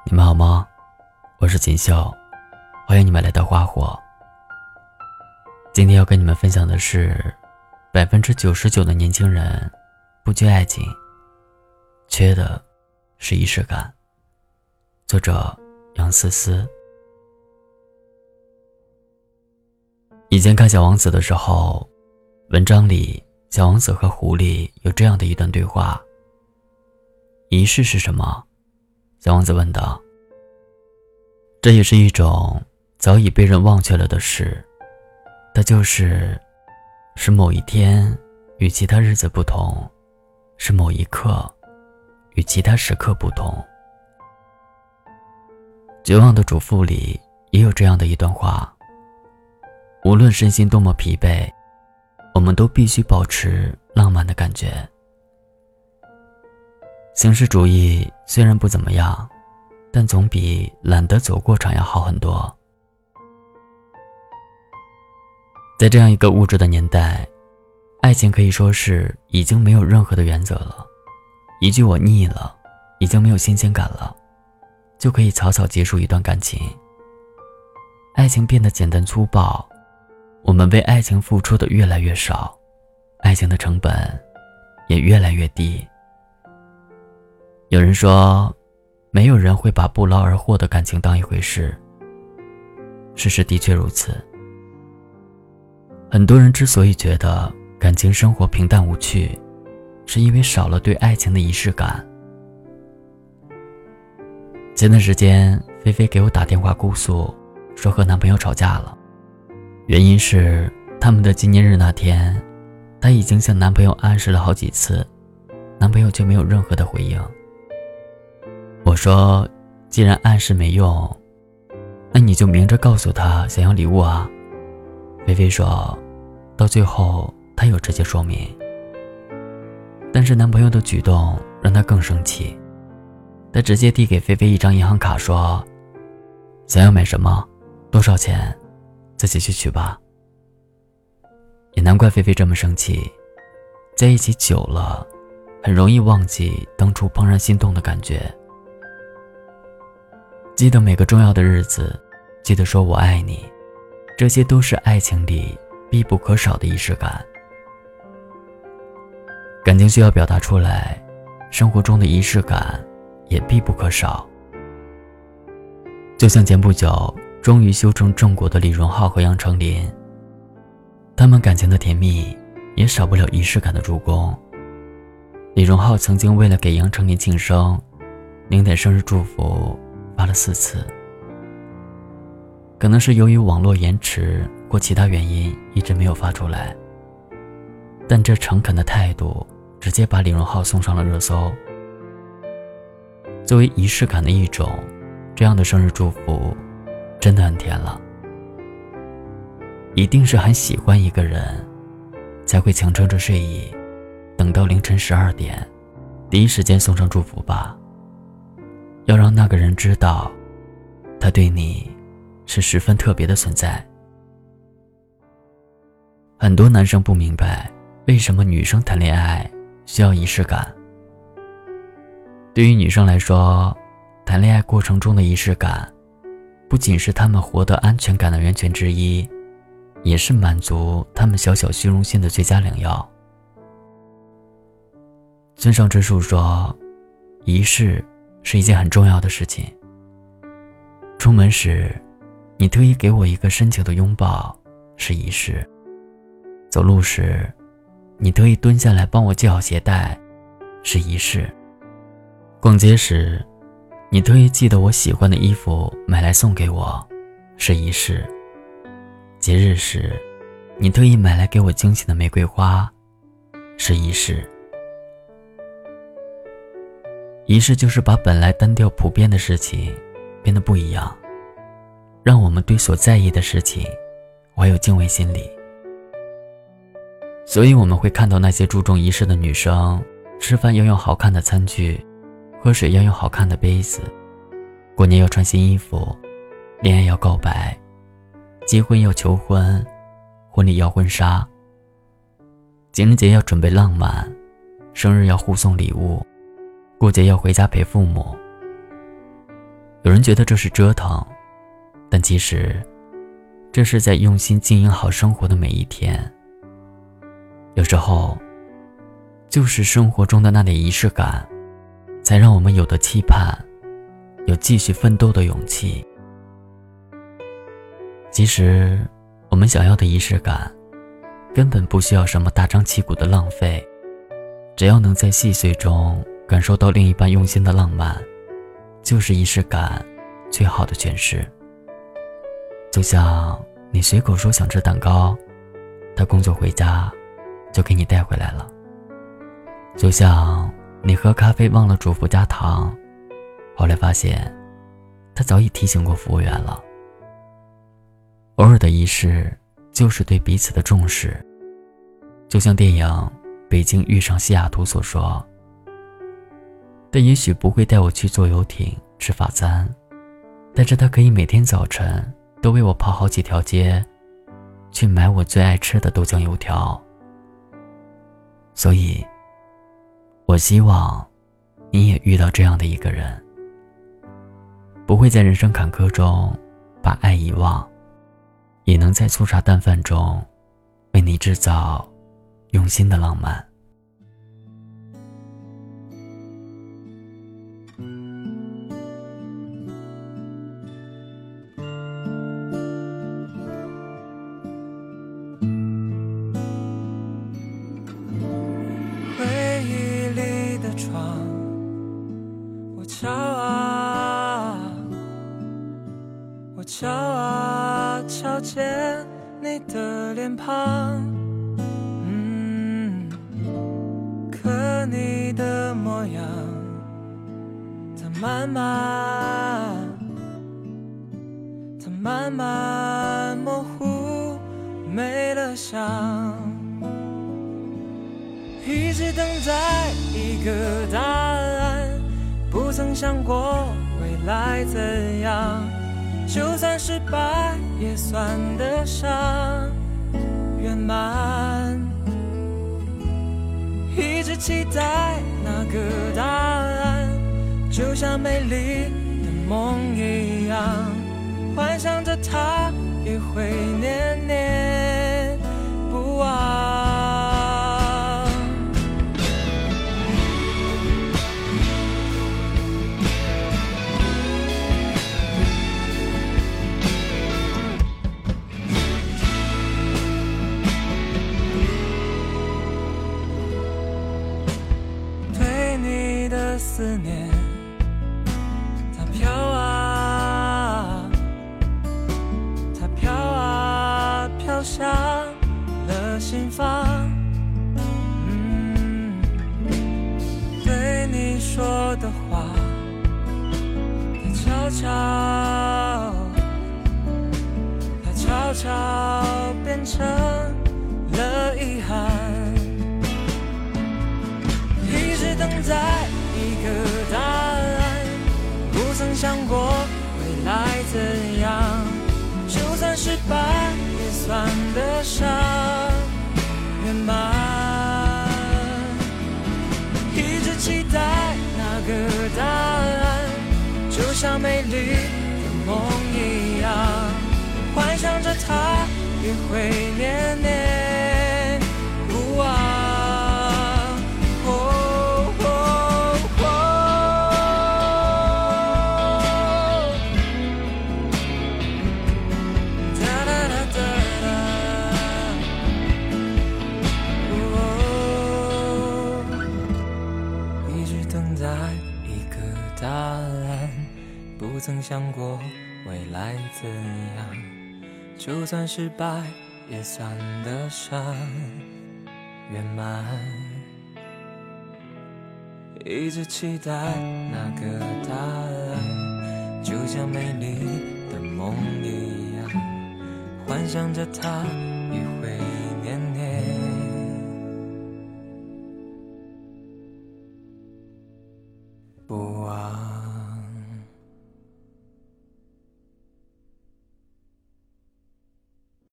你们好吗？我是锦绣，欢迎你们来到花火。今天要跟你们分享的是99%的年轻人不缺爱情，缺的是仪式感。作者杨思思。以前看小王子的时候，文章里小王子和狐狸有这样的一段对话。仪式是什么？小王子问道。这也是一种早已被人忘却了的事，它是某一天与其他日子不同，是某一刻与其他时刻不同。绝望的主妇里也有这样的一段话：无论身心多么疲惫，我们都必须保持浪漫的感觉。形式主义虽然不怎么样，但总比懒得走过场要好很多。在这样一个物质的年代，爱情可以说是已经没有任何的原则了。一句我腻了，已经没有新鲜感了，就可以草草结束一段感情。爱情变得简单粗暴，我们为爱情付出的越来越少，爱情的成本也越来越低。有人说，没有人会把不劳而获的感情当一回事。事实的确如此。很多人之所以觉得感情生活平淡无趣，是因为少了对爱情的仪式感。前段时间，菲菲给我打电话哭诉，说和男朋友吵架了。原因是他们的纪念日那天，她已经向男朋友暗示了好几次，男朋友却没有任何的回应。我说，既然暗示没用，那你就明着告诉他想要礼物啊。菲菲说，到最后他有直接说明，但是男朋友的举动让她更生气。他直接递给菲菲一张银行卡，说想要买什么，多少钱，自己去取吧。也难怪菲菲这么生气，在一起久了，很容易忘记当初怦然心动的感觉。记得每个重要的日子，记得说我爱你，这些都是爱情里必不可少的仪式感。感情需要表达出来，生活中的仪式感也必不可少。就像前不久终于修成正果的李荣浩和杨丞琳，他们感情的甜蜜也少不了仪式感的助攻。李荣浩曾经为了给杨丞琳庆生，零点生日祝福发了4次。可能是由于网络延迟或其他原因一直没有发出来，但这诚恳的态度直接把李荣浩送上了热搜。作为仪式感的一种，这样的生日祝福真的很甜了。一定是很喜欢一个人，才会强撑着睡意，等到凌晨12点，第一时间送上祝福吧。要让那个人知道，他对你是十分特别的存在。很多男生不明白，为什么女生谈恋爱需要仪式感。对于女生来说，谈恋爱过程中的仪式感，不仅是她们获得安全感的源泉之一，也是满足她们小小虚荣心的最佳良药。村上春树说，仪式是一件很重要的事情。出门时，你特意给我一个深情的拥抱，是仪式；走路时，你特意蹲下来帮我系好鞋带，是仪式；逛街时，你特意记得我喜欢的衣服买来送给我，是仪式；节日时，你特意买来给我惊喜的玫瑰花，是仪式。仪式就是把本来单调普遍的事情变得不一样，让我们对所在意的事情怀有敬畏心理。所以我们会看到那些注重仪式的女生，吃饭要用好看的餐具，喝水要用好看的杯子，过年要穿新衣服，恋爱要告白，结婚要求婚，婚礼要婚纱，情人节要准备浪漫，生日要互送礼物，过节要回家陪父母。 有人觉得这是折腾，但其实这是在用心经营好生活的每一天。有时候就是生活中的那点仪式感，才让我们有的期盼，有继续奋斗的勇气。其实我们想要的仪式感根本不需要什么大张旗鼓的浪费，只要能在细碎中感受到另一半用心的浪漫，就是仪式感最好的诠释。就像你随口说想吃蛋糕，他工作回家就给你带回来了。就像你喝咖啡忘了嘱咐加糖，后来发现他早已提醒过服务员了。偶尔的仪式就是对彼此的重视。就像电影《北京遇上西雅图》所说，他也许不会带我去坐游艇吃法餐，但是他可以每天早晨都为我跑好几条街去买我最爱吃的豆浆油条。所以我希望你也遇到这样的一个人，不会在人生坎坷中把爱遗忘，也能在粗茶淡饭中为你制造用心的浪漫。 回忆里的窗，我敲啊，我敲啊，瞧见你的脸庞，可你的模样，它慢慢模糊，没了想。一直等待一个答案，不曾想过未来怎样，就算失败也算得上圆满。一直期待那个答案，就像美丽的梦一样，幻想着它也会念念不忘。思念它飘啊，它飘啊，飘向了心房。对你说的话，它悄悄变成了遗憾。一直等待一个答案，不曾想过未来怎样，就算失败也算得上圆满。一直期待那个答案，就像美丽的梦一样，幻想着它也会念念不忘。答案不曾想过未来怎样，就算失败也算得上圆满。一直期待那个答案，就像美丽的梦一样，幻想着它也会